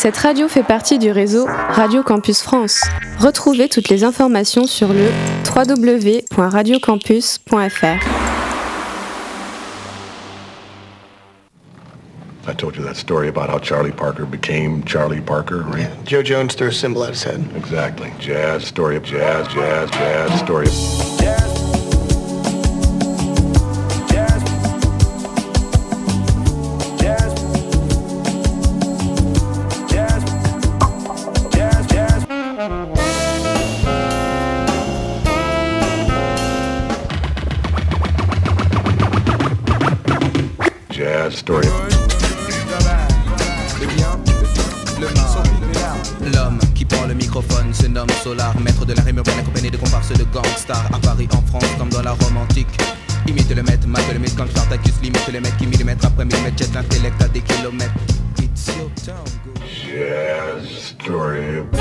Cette radio fait partie du réseau Radio Campus France. Retrouvez toutes les informations sur le www.radiocampus.fr. I told you that story about how Charlie Parker became Charlie Parker, right? Yeah, Joe Jones threw a symbol at his head. Exactly. Jazz, story of jazz, jazz, jazz, story of... Jazz, story of... L'homme qui prend le microphone se nomme Solar, maître de la rime urbaine accompagné de comparses de gangsters. À Paris, en France, comme dans la Rome antique. Imite le maître, mate le mythe, quand Spartacus limite le maître qui millimètre après millimètre jette l'intellect à des kilomètres. It's your town, go. Jazz, story of...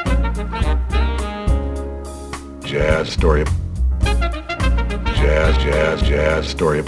Jazz, story of... Jazz, jazz, jazz, story of...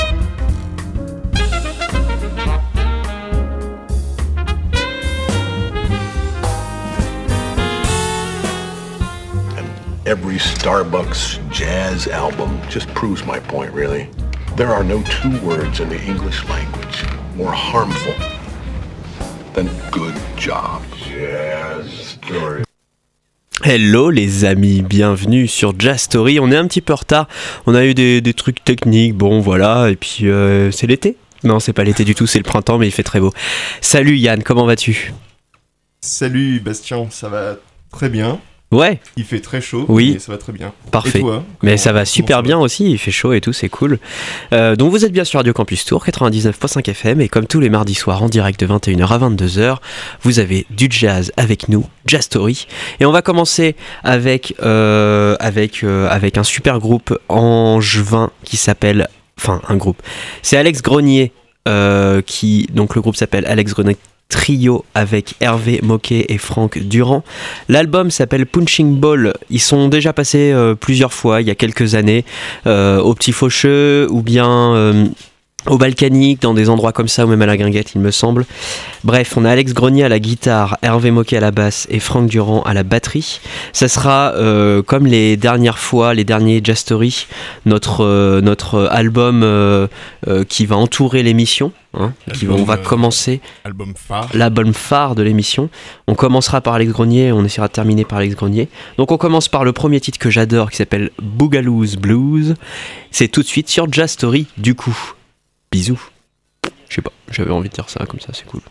Every Starbucks jazz album just proves my point, really. There are no two words in the English language more harmful than good job. Jazz story. Hello les amis, bienvenue sur Jazz Story. On est un petit peu en retard, on a eu des trucs techniques, bon voilà, et puis c'est l'été ? Non, c'est pas l'été du tout, c'est le printemps, mais il fait très beau. Salut Yann, comment vas-tu ? Salut Bastien, ça va très bien. Ouais. Il fait très chaud, oui. Mais ça va très bien. Parfait. Et toi, mais ça va super bien aussi, il fait chaud et tout, c'est cool. Donc vous êtes bien sur Radio Campus Tour, 99.5 FM, et comme tous les mardis soirs en direct de 21h à 22h, vous avez du jazz avec nous, Jazz Story. Et on va commencer avec un super groupe angevin qui s'appelle... Enfin, un groupe. C'est Alex Grenier, donc le groupe s'appelle Alex Grenier Trio avec Hervé Moquet et Franck Durand. L'album s'appelle Punching Ball. Ils sont déjà passés plusieurs fois il y a quelques années au Petit Faucheux ou bien au Balkanique, dans des endroits comme ça, ou même à la Guinguette il me semble. Bref, on a Alex Grenier à la guitare, Hervé Moquet à la basse et Franck Durand à la batterie. Ça sera comme les dernières fois, les derniers Jazz Story, notre album qui va entourer l'émission. On va commencer l'album phare de l'émission. On commencera par Alex Grenier, on essaiera de terminer par Alex Grenier. Donc on commence par le premier titre que j'adore qui s'appelle Boogaloo's Blues. C'est tout de suite sur Jazz Story du coup. Bisous. Je sais pas, j'avais envie de dire ça comme ça, c'est cool.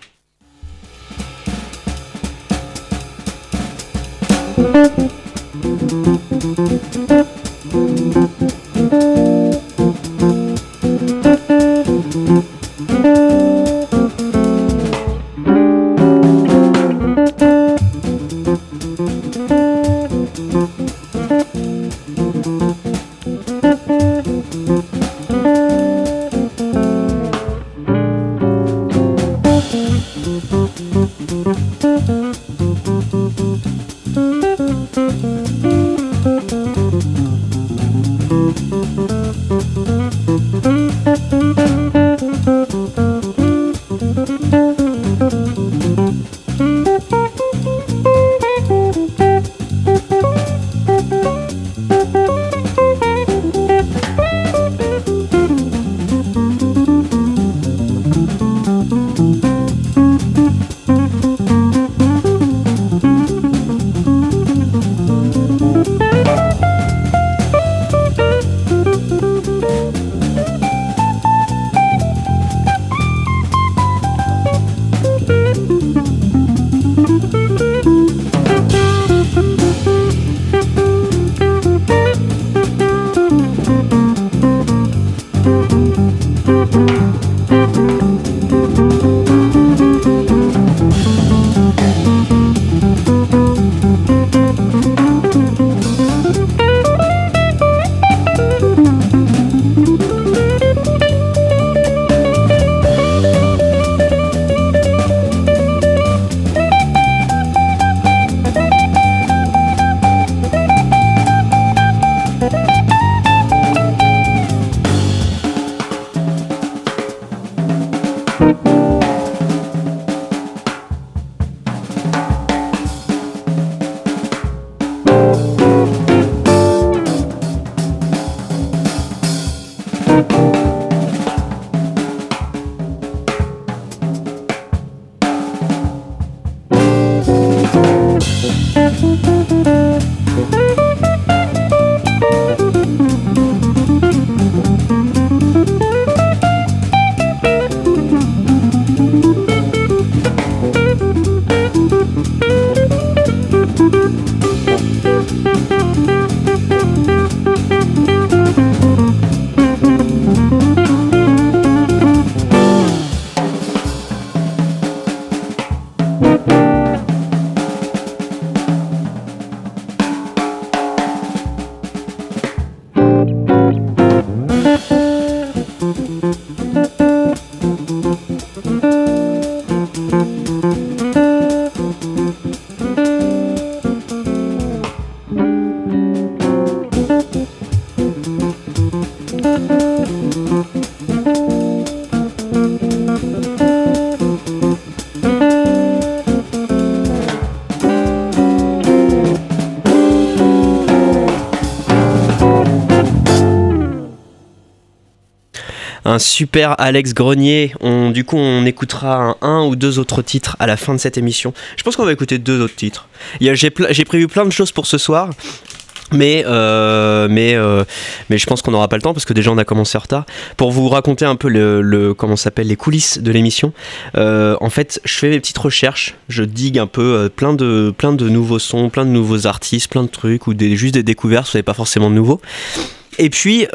un super Alex Grenier. Du coup, on écoutera un ou deux autres titres à la fin de cette émission. Je pense qu'on va écouter 2 autres titres. J'ai prévu plein de choses pour ce soir. Mais je pense qu'on n'aura pas le temps parce que déjà on a commencé en retard. Pour vous raconter un peu comment ça s'appelle, les coulisses de l'émission, en fait je fais mes petites recherches, je digue un peu plein de nouveaux sons, plein de nouveaux artistes, plein de trucs ou juste des découvertes, ce n'est pas forcément de nouveau. Et puis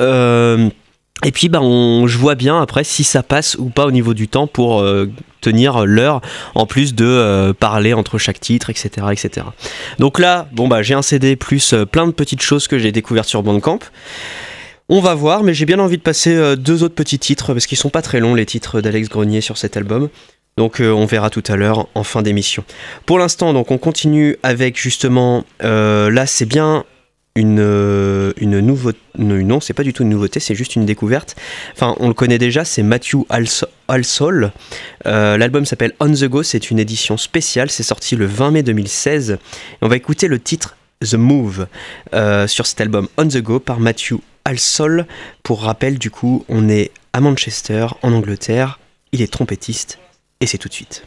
je vois bien après si ça passe ou pas au niveau du temps pour tenir l'heure, en plus de parler entre chaque titre, etc., etc. Donc là, j'ai un CD plus plein de petites choses que j'ai découvertes sur Bandcamp. On va voir, mais j'ai bien envie de passer 2 autres petits titres, parce qu'ils sont pas très longs, les titres d'Alex Grenier sur cet album. Donc on verra tout à l'heure en fin d'émission. Pour l'instant, donc on continue avec justement, là c'est bien une nouveauté. Non, c'est pas du tout une nouveauté, c'est juste une découverte. Enfin, on le connaît déjà, c'est Matthew Halsall. L'album s'appelle On The Go, c'est une édition spéciale, c'est sorti le 20 mai 2016. Et on va écouter le titre The Move sur cet album On The Go par Matthew Halsall. Pour rappel, du coup, on est à Manchester, en Angleterre. Il est trompettiste et c'est tout de suite.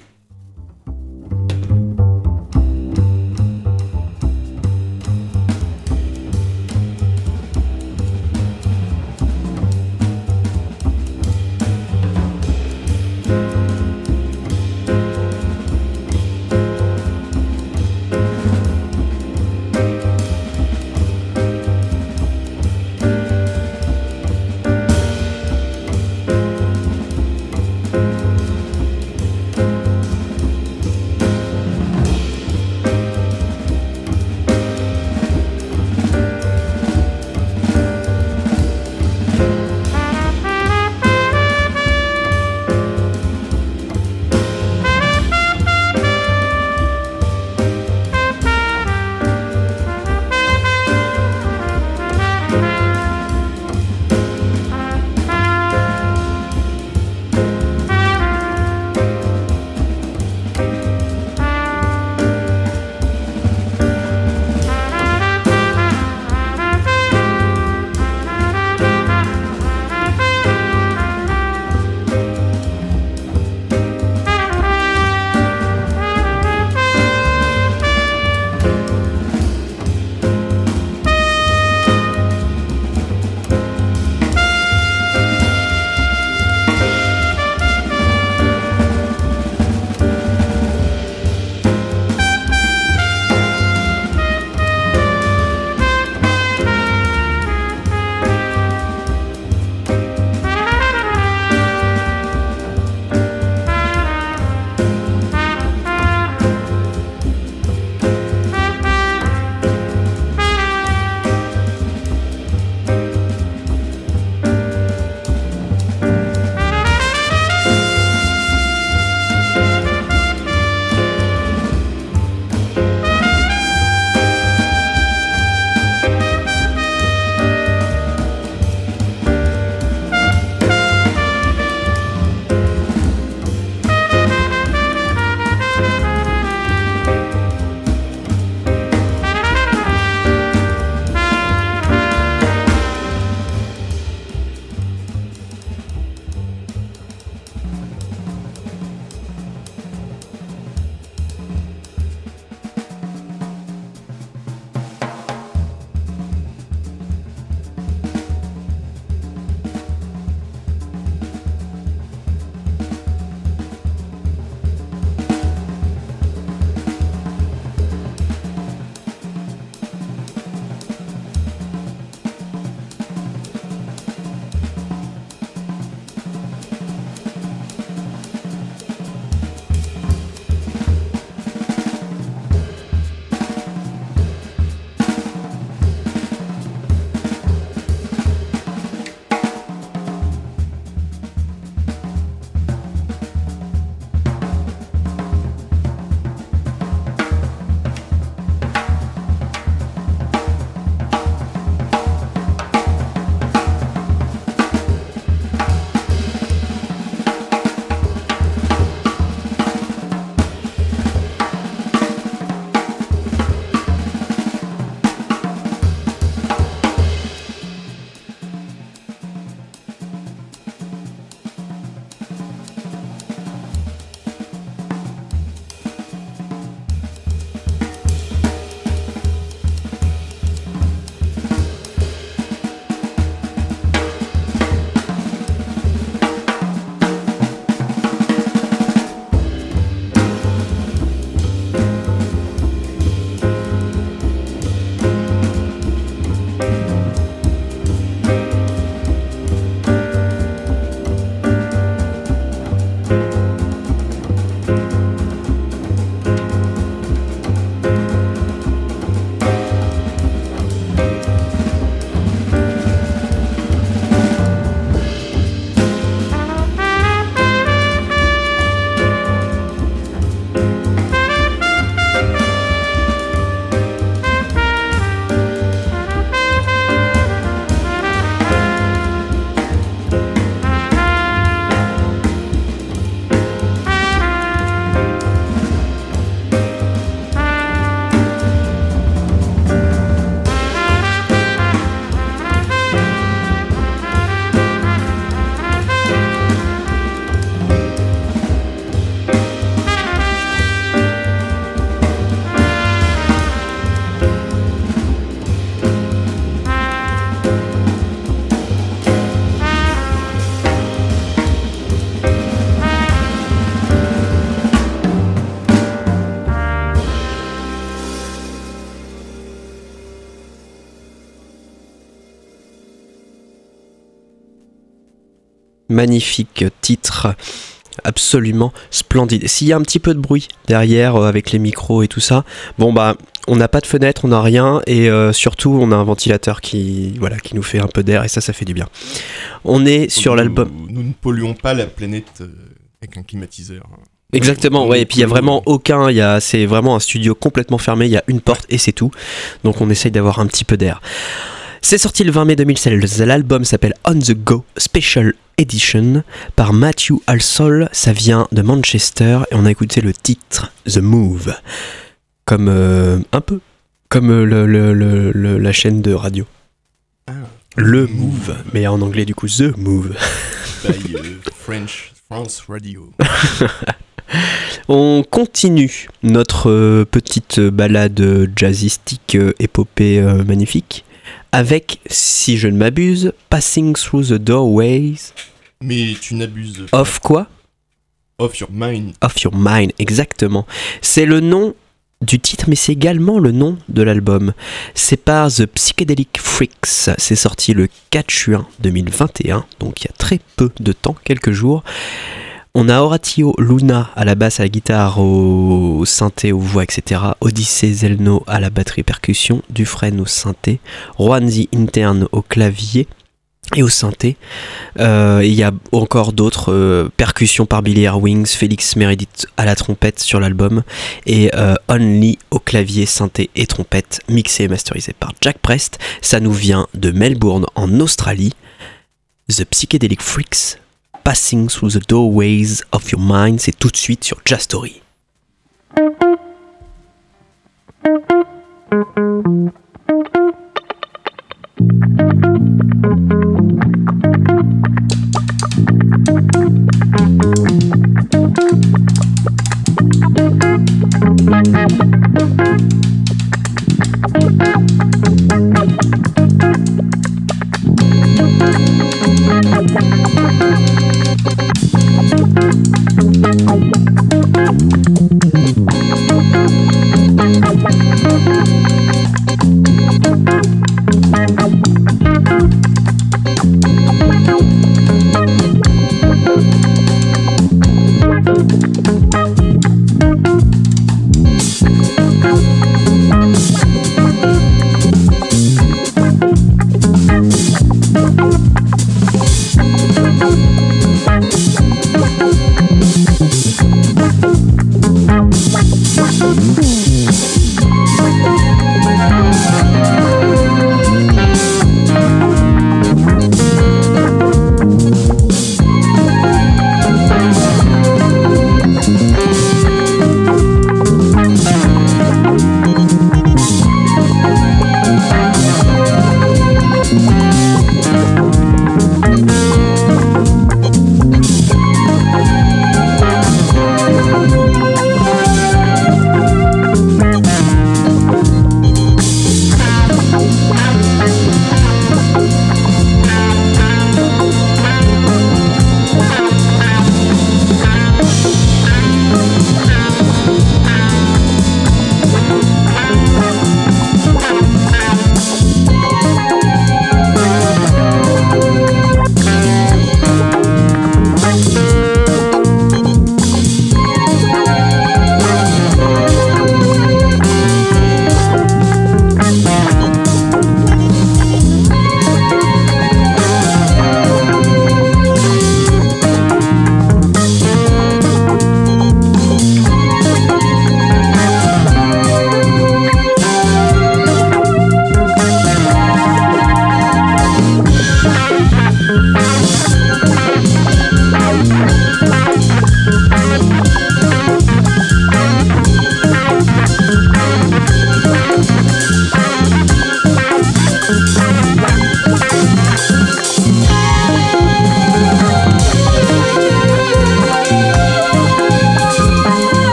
magnifique titre, absolument splendide. S'il y a un petit peu de bruit derrière avec les micros et tout ça, bon bah on n'a pas de fenêtre, on n'a rien et surtout on a un ventilateur qui nous fait un peu d'air et ça fait du bien. On est sur l'album. Nous ne polluons pas la planète avec un climatiseur. Exactement, ouais, et puis il y a vraiment c'est vraiment un studio complètement fermé, il y a une porte et c'est tout. Donc on essaye d'avoir un petit peu d'air. C'est sorti le 20 mai 2016, l'album s'appelle On The Go Special Edition par Matthew Halsall, ça vient de Manchester et on a écouté le titre The Move, comme un peu comme la chaîne de radio. Le Move, mais en anglais du coup The Move. By France Radio. On continue notre petite balade jazzistique épopée magnifique avec, si je ne m'abuse, Passing Through the Doorways. Mais tu n'abuses pas. Of quoi ? Of Your Mind. Of Your Mind, exactement. C'est le nom du titre, mais c'est également le nom de l'album. C'est par The Psychedelic Freaks. C'est sorti le 4 juin 2021, donc il y a très peu de temps, quelques jours. On a Horatio Luna à la basse, à la guitare, au synthé, aux voix, etc. Odyssey Zelno à la batterie percussion, Dufresne au synthé, Juanzi Interne au clavier et au synthé. Il y a encore d'autres percussions par Billy Wings, Félix Meredith à la trompette sur l'album et Only au clavier, synthé et trompette, mixé et masterisé par Jack Prest. Ça nous vient de Melbourne en Australie. The Psychedelic Freaks, Passing Through the Doorways of Your Mind, c'est tout de suite sur Jazz Story.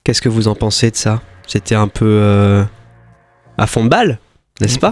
Qu'est-ce que vous en pensez de ça ? C'était un peu à fond de balle, n'est-ce pas ?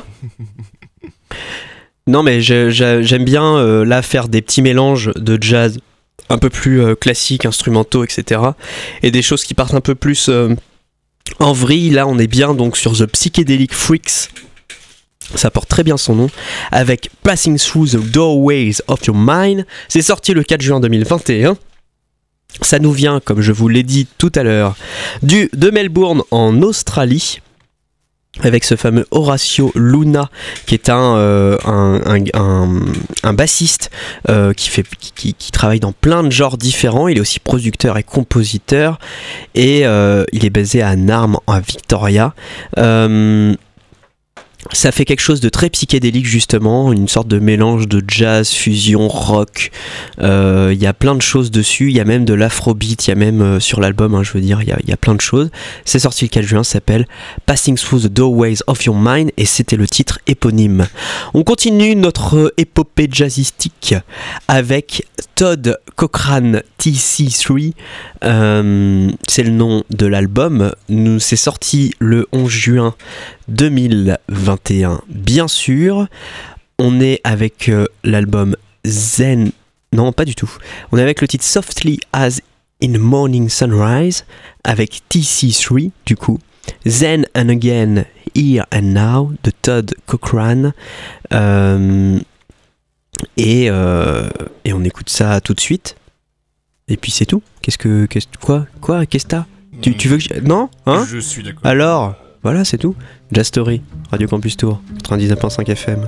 Non, mais j'aime bien là faire des petits mélanges de jazz un peu plus classiques, instrumentaux, etc. Et des choses qui partent un peu plus en vrille. Là, on est bien donc sur The Psychedelic Freaks. Ça porte très bien son nom, avec Passing Through the Doorways of Your Mind. C'est sorti le 4 juin 2021. Ça nous vient, comme je vous l'ai dit tout à l'heure, de Melbourne en Australie, avec ce fameux Horacio Luna, qui est un bassiste qui travaille dans plein de genres différents. Il est aussi producteur et compositeur, et il est basé à Narm, à Victoria. Ça fait quelque chose de très psychédélique, justement, une sorte de mélange de jazz, fusion, rock. Il y a plein de choses dessus, il y a même de l'afrobeat, il y a même sur l'album, je veux dire, il y a plein de choses. C'est sorti le 4 juin, ça s'appelle Passing Through the Doorways of Your Mind, et c'était le titre éponyme. On continue notre épopée jazzistique avec Todd Cochrane TC3. C'est le nom de l'album. C'est sorti le 11 juin 2021, bien sûr. On est avec l'album Zen. Non, pas du tout. On est avec le titre Softly as in Morning Sunrise avec TC3, du coup. Zen and Again, Here and Now de Todd Cochrane. Et on écoute ça tout de suite. Et puis c'est tout. Qu'est-ce que t'as ? Tu veux que non, hein ? Je suis d'accord. Alors, voilà, c'est tout. Jazz Story, Radio Campus Tour, 99.5 FM.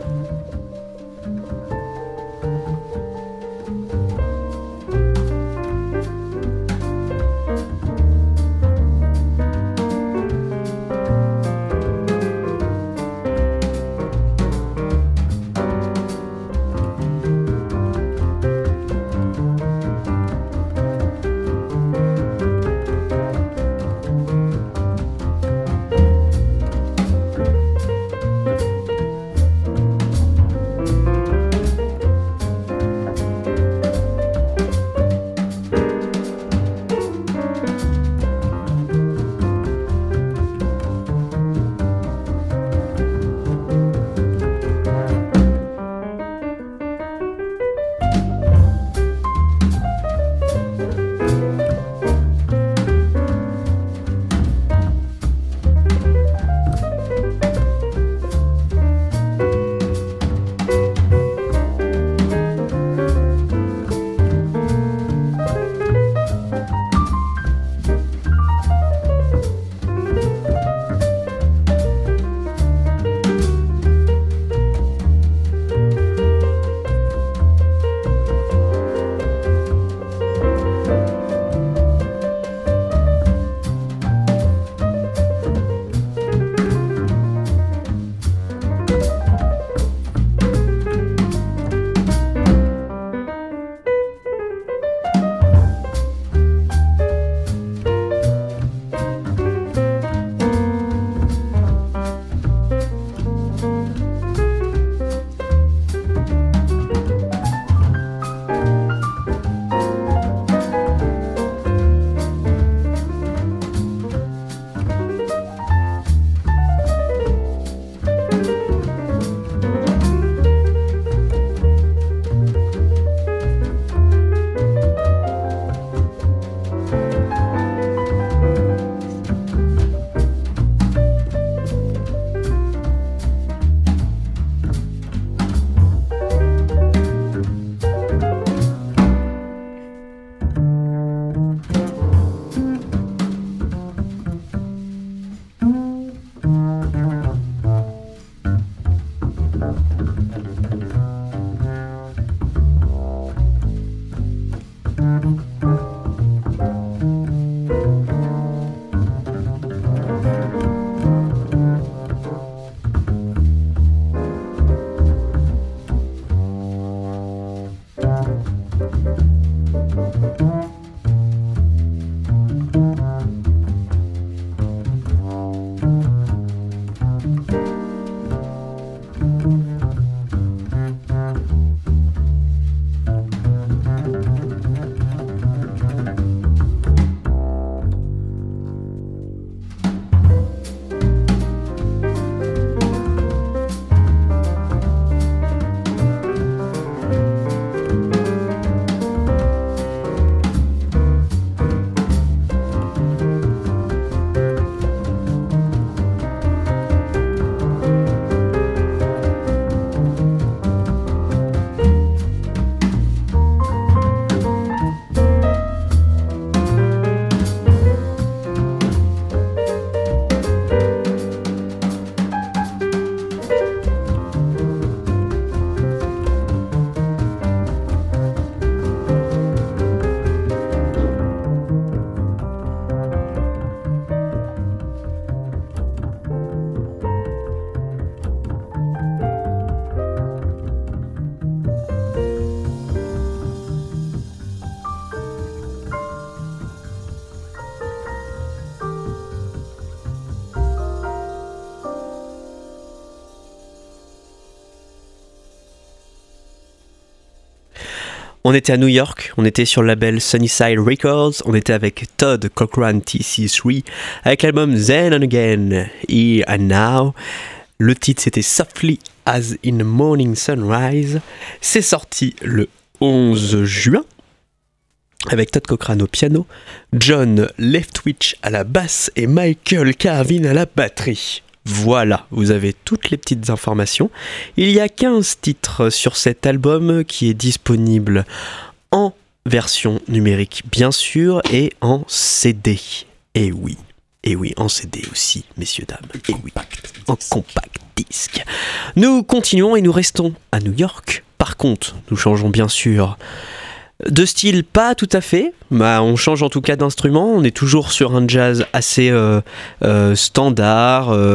On était à New York, on était sur le label Sunnyside Records, on était avec Todd Cochran TC3 avec l'album Then and Again, Here and Now. Le titre c'était Softly as in the Morning Sunrise. C'est sorti le 11 juin avec Todd Cochran au piano, John Leftwich à la basse et Michael Carvin à la batterie. Voilà, vous avez toutes les petites informations. Il y a 15 titres sur cet album qui est disponible en version numérique bien sûr et en CD. Et oui, en CD aussi, messieurs, dames. Et oui, en compact disque. Nous continuons et nous restons à New York. Par contre, nous changeons bien sûr de style, pas tout à fait, on change en tout cas d'instrument, on est toujours sur un jazz assez standard,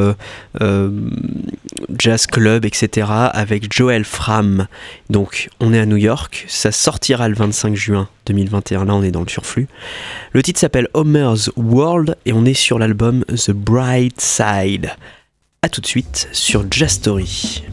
jazz club, etc. avec Joel Frahm. Donc on est à New York, ça sortira le 25 juin 2021, là on est dans le surflux. Le titre s'appelle Homer's World et on est sur l'album The Bright Side. A tout de suite sur Jazz Story.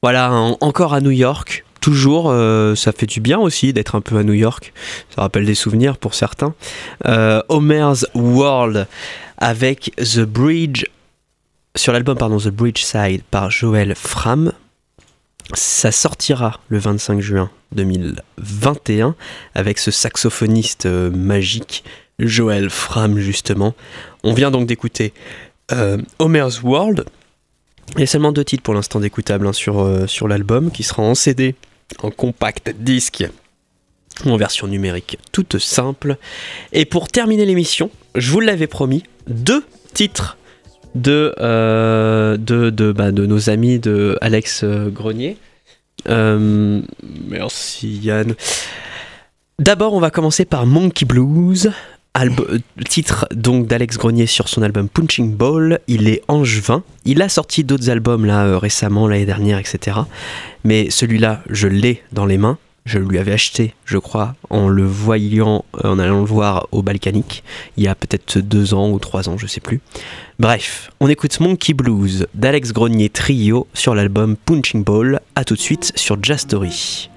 Voilà, encore à New York. Toujours, ça fait du bien aussi d'être un peu à New York. Ça rappelle des souvenirs pour certains. Homer's World avec The Bridge, sur l'album The Bridge Side par Joel Fram. Ça sortira le 25 juin 2021 avec ce saxophoniste magique, Joel Fram justement. On vient donc d'écouter Homer's World. Il y a seulement 2 titres pour l'instant d'écoutables sur l'album, qui sera en CD, en compact disque ou en version numérique toute simple. Et pour terminer l'émission, je vous l'avais promis, 2 titres de nos amis de Alex Grenier. Merci Yann. D'abord, on va commencer par Monkey Blues. Titre donc d'Alex Grenier sur son album Punching Ball. Il est angevin. Il a sorti d'autres albums là récemment, l'année dernière, etc. Mais celui-là, je l'ai dans les mains. Je lui avais acheté, je crois, en le voyant, en allant le voir au Balkanic, il y a peut-être 2 ans ou 3 ans, je sais plus. Bref, on écoute Monkey Blues d'Alex Grenier Trio sur l'album Punching Ball. À tout de suite sur Jazz Story.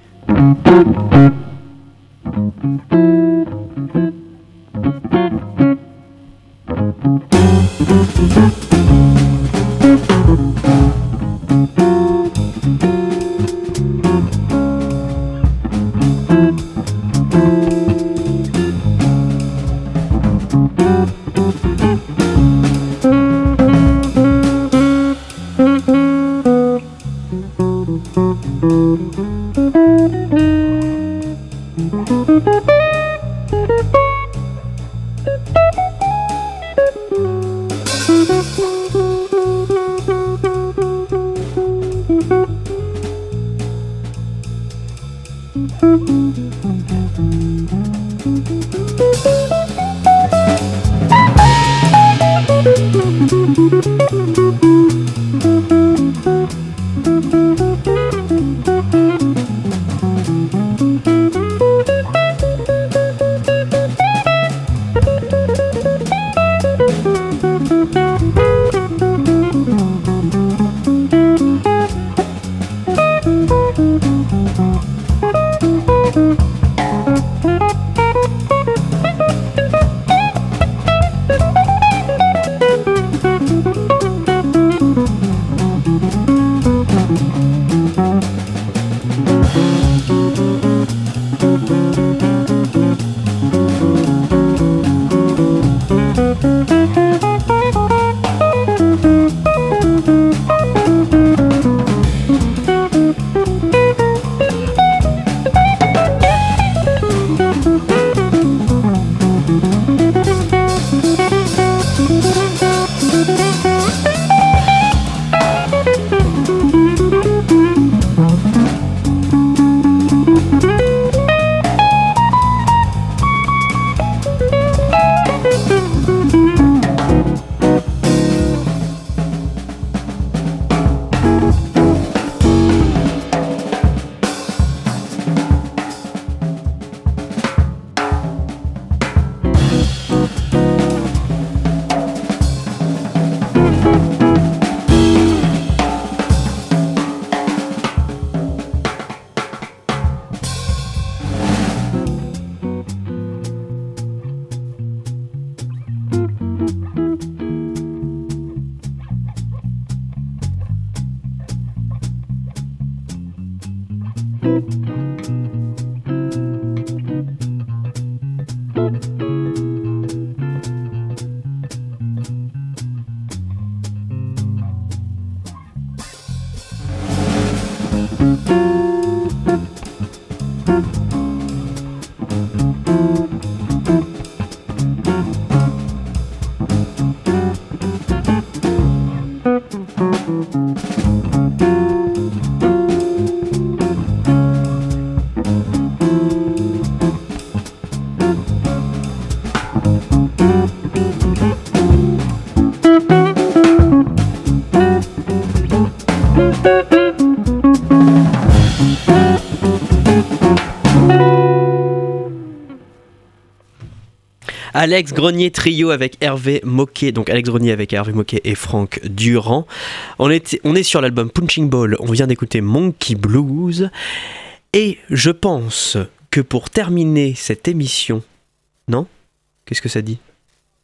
Alex Grenier Trio avec Hervé Moquet, donc Alex Grenier avec Hervé Moquet et Franck Durand. On est sur l'album Punching Ball, on vient d'écouter Monkey Blues, et je pense que pour terminer cette émission, non ? Qu'est-ce que ça dit ? Oui ?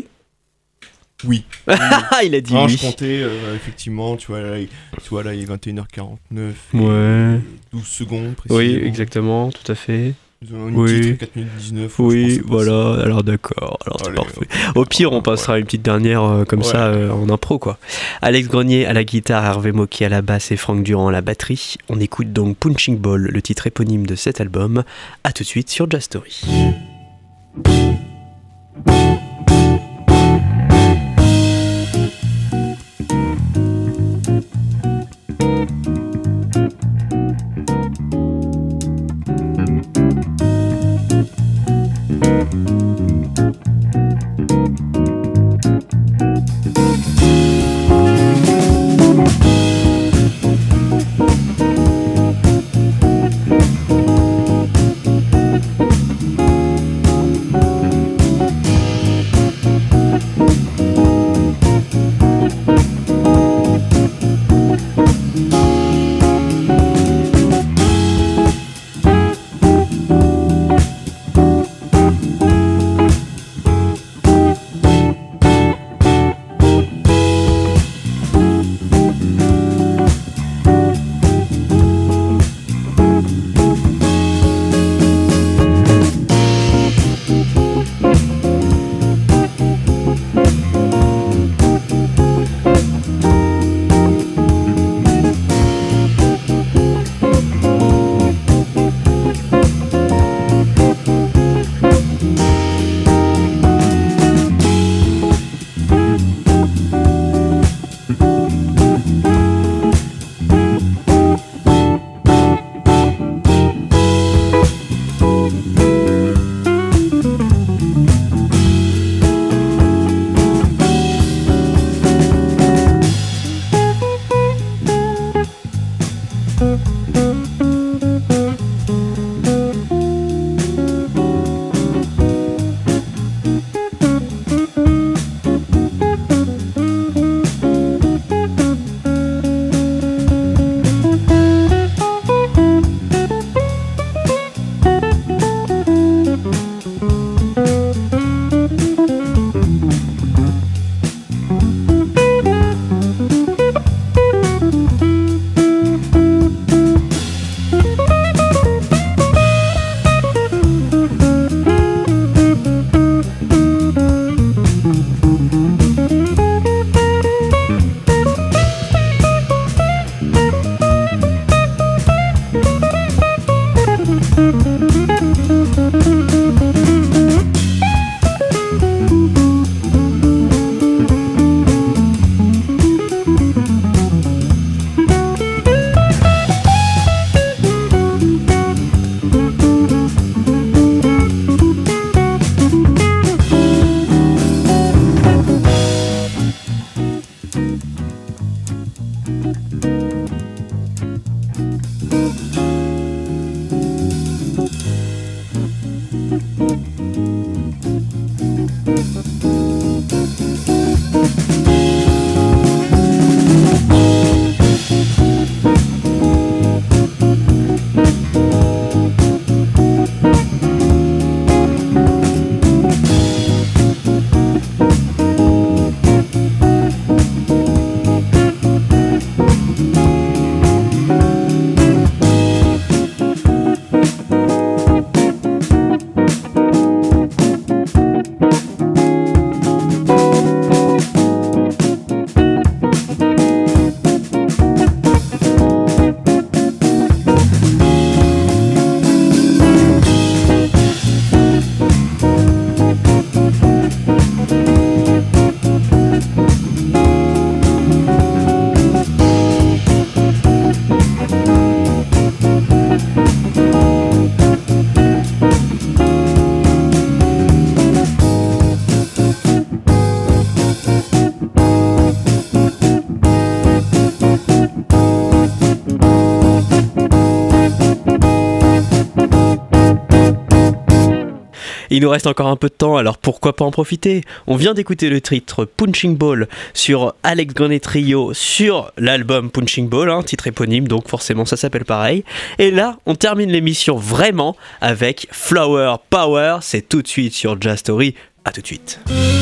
Oui. Il a dit non, oui. Je comptais, effectivement, tu vois, là, il est 21h49, Ouais. 12 secondes précisément. Oui, exactement, tout à fait. Une Oui. titre, 4 minutes 19. Oui, voilà, alors d'accord, alors c'est Allez, parfait. Au pire, on passera une petite dernière comme Ouais. ça en impro, quoi. Alex Grenier à la guitare, Hervé Moquet à la basse et Franck Durand à la batterie. On écoute donc Punching Ball, le titre éponyme de cet album. A tout de suite sur Jazz Story. Il nous reste encore un peu de temps, alors pourquoi pas en profiter? On vient d'écouter le titre Punching Ball sur Alex Grenay Trio sur l'album Punching Ball, titre éponyme, donc forcément ça s'appelle pareil. Et là, on termine l'émission vraiment avec Flower Power, c'est tout de suite sur Jazz Story. À tout de suite.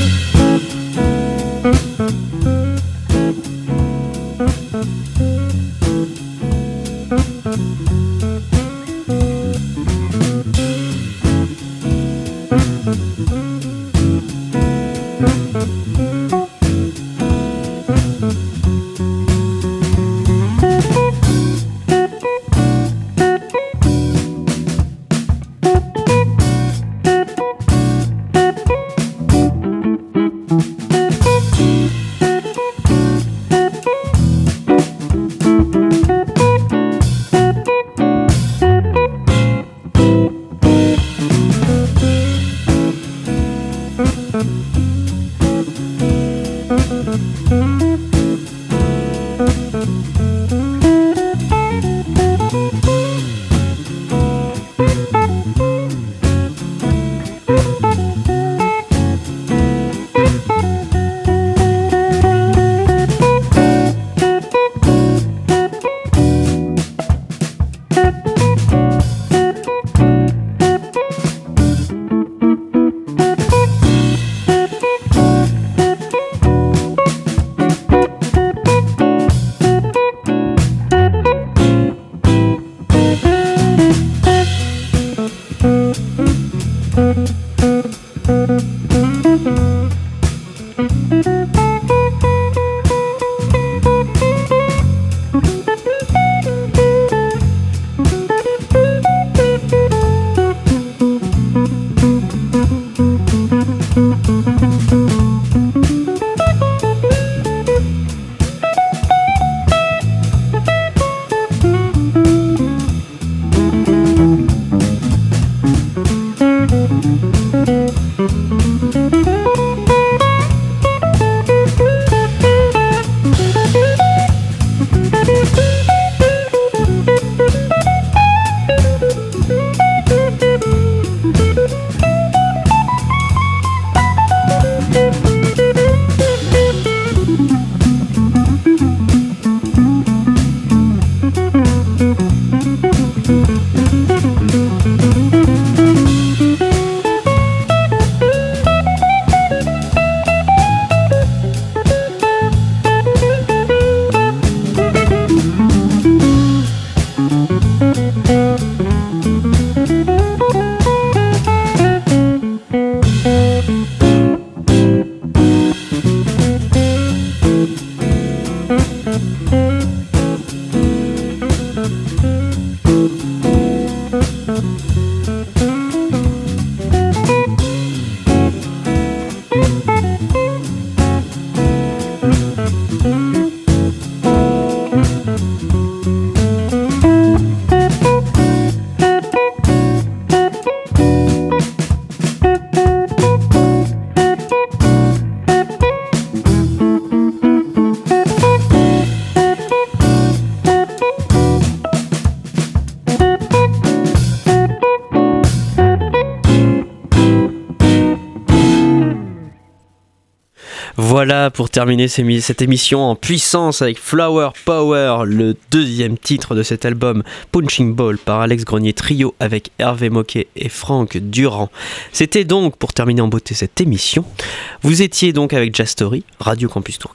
Voilà pour terminer cette émission en puissance avec Flower Power, le deuxième titre de cet album Punching Ball par Alex Grenay Trio avec Hervé Moquet et Franck Durand. C'était donc pour terminer en beauté cette émission. Vous étiez donc avec Jazz Story, Radio Campus Tour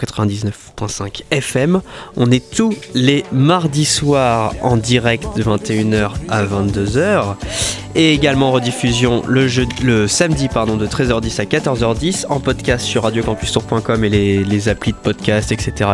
99.5 FM. On est tous les mardis soirs en direct de 21h à 22h et également en rediffusion le samedi de 13h10 à 14h10 en podcast sur radiocampustour.com et les applis de podcast, etc.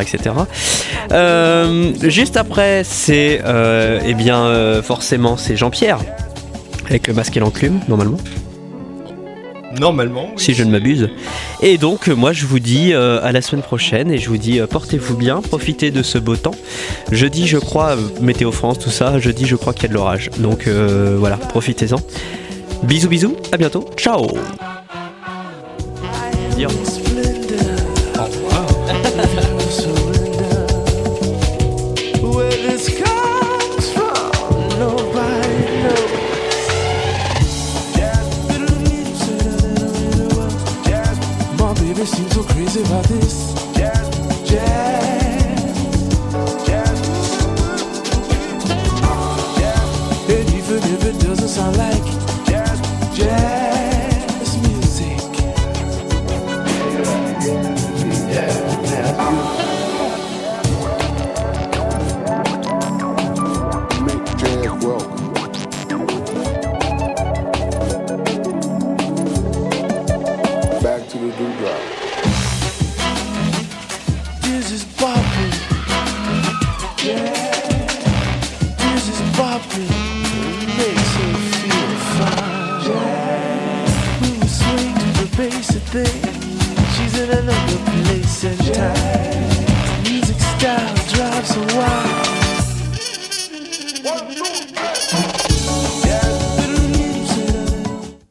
Juste après, c'est forcément c'est Jean-Pierre avec le masque et l'enclume, normalement. Normalement, oui. Si je ne m'abuse. Et donc moi je vous dis à la semaine prochaine et je vous dis portez-vous bien, profitez de ce beau temps. Jeudi je crois, Météo France, tout ça, jeudi je crois qu'il y a de l'orage. Donc voilà, profitez-en. Bisous, à bientôt, ciao. Dire. be. She's in another place and time. Music style drives her wild.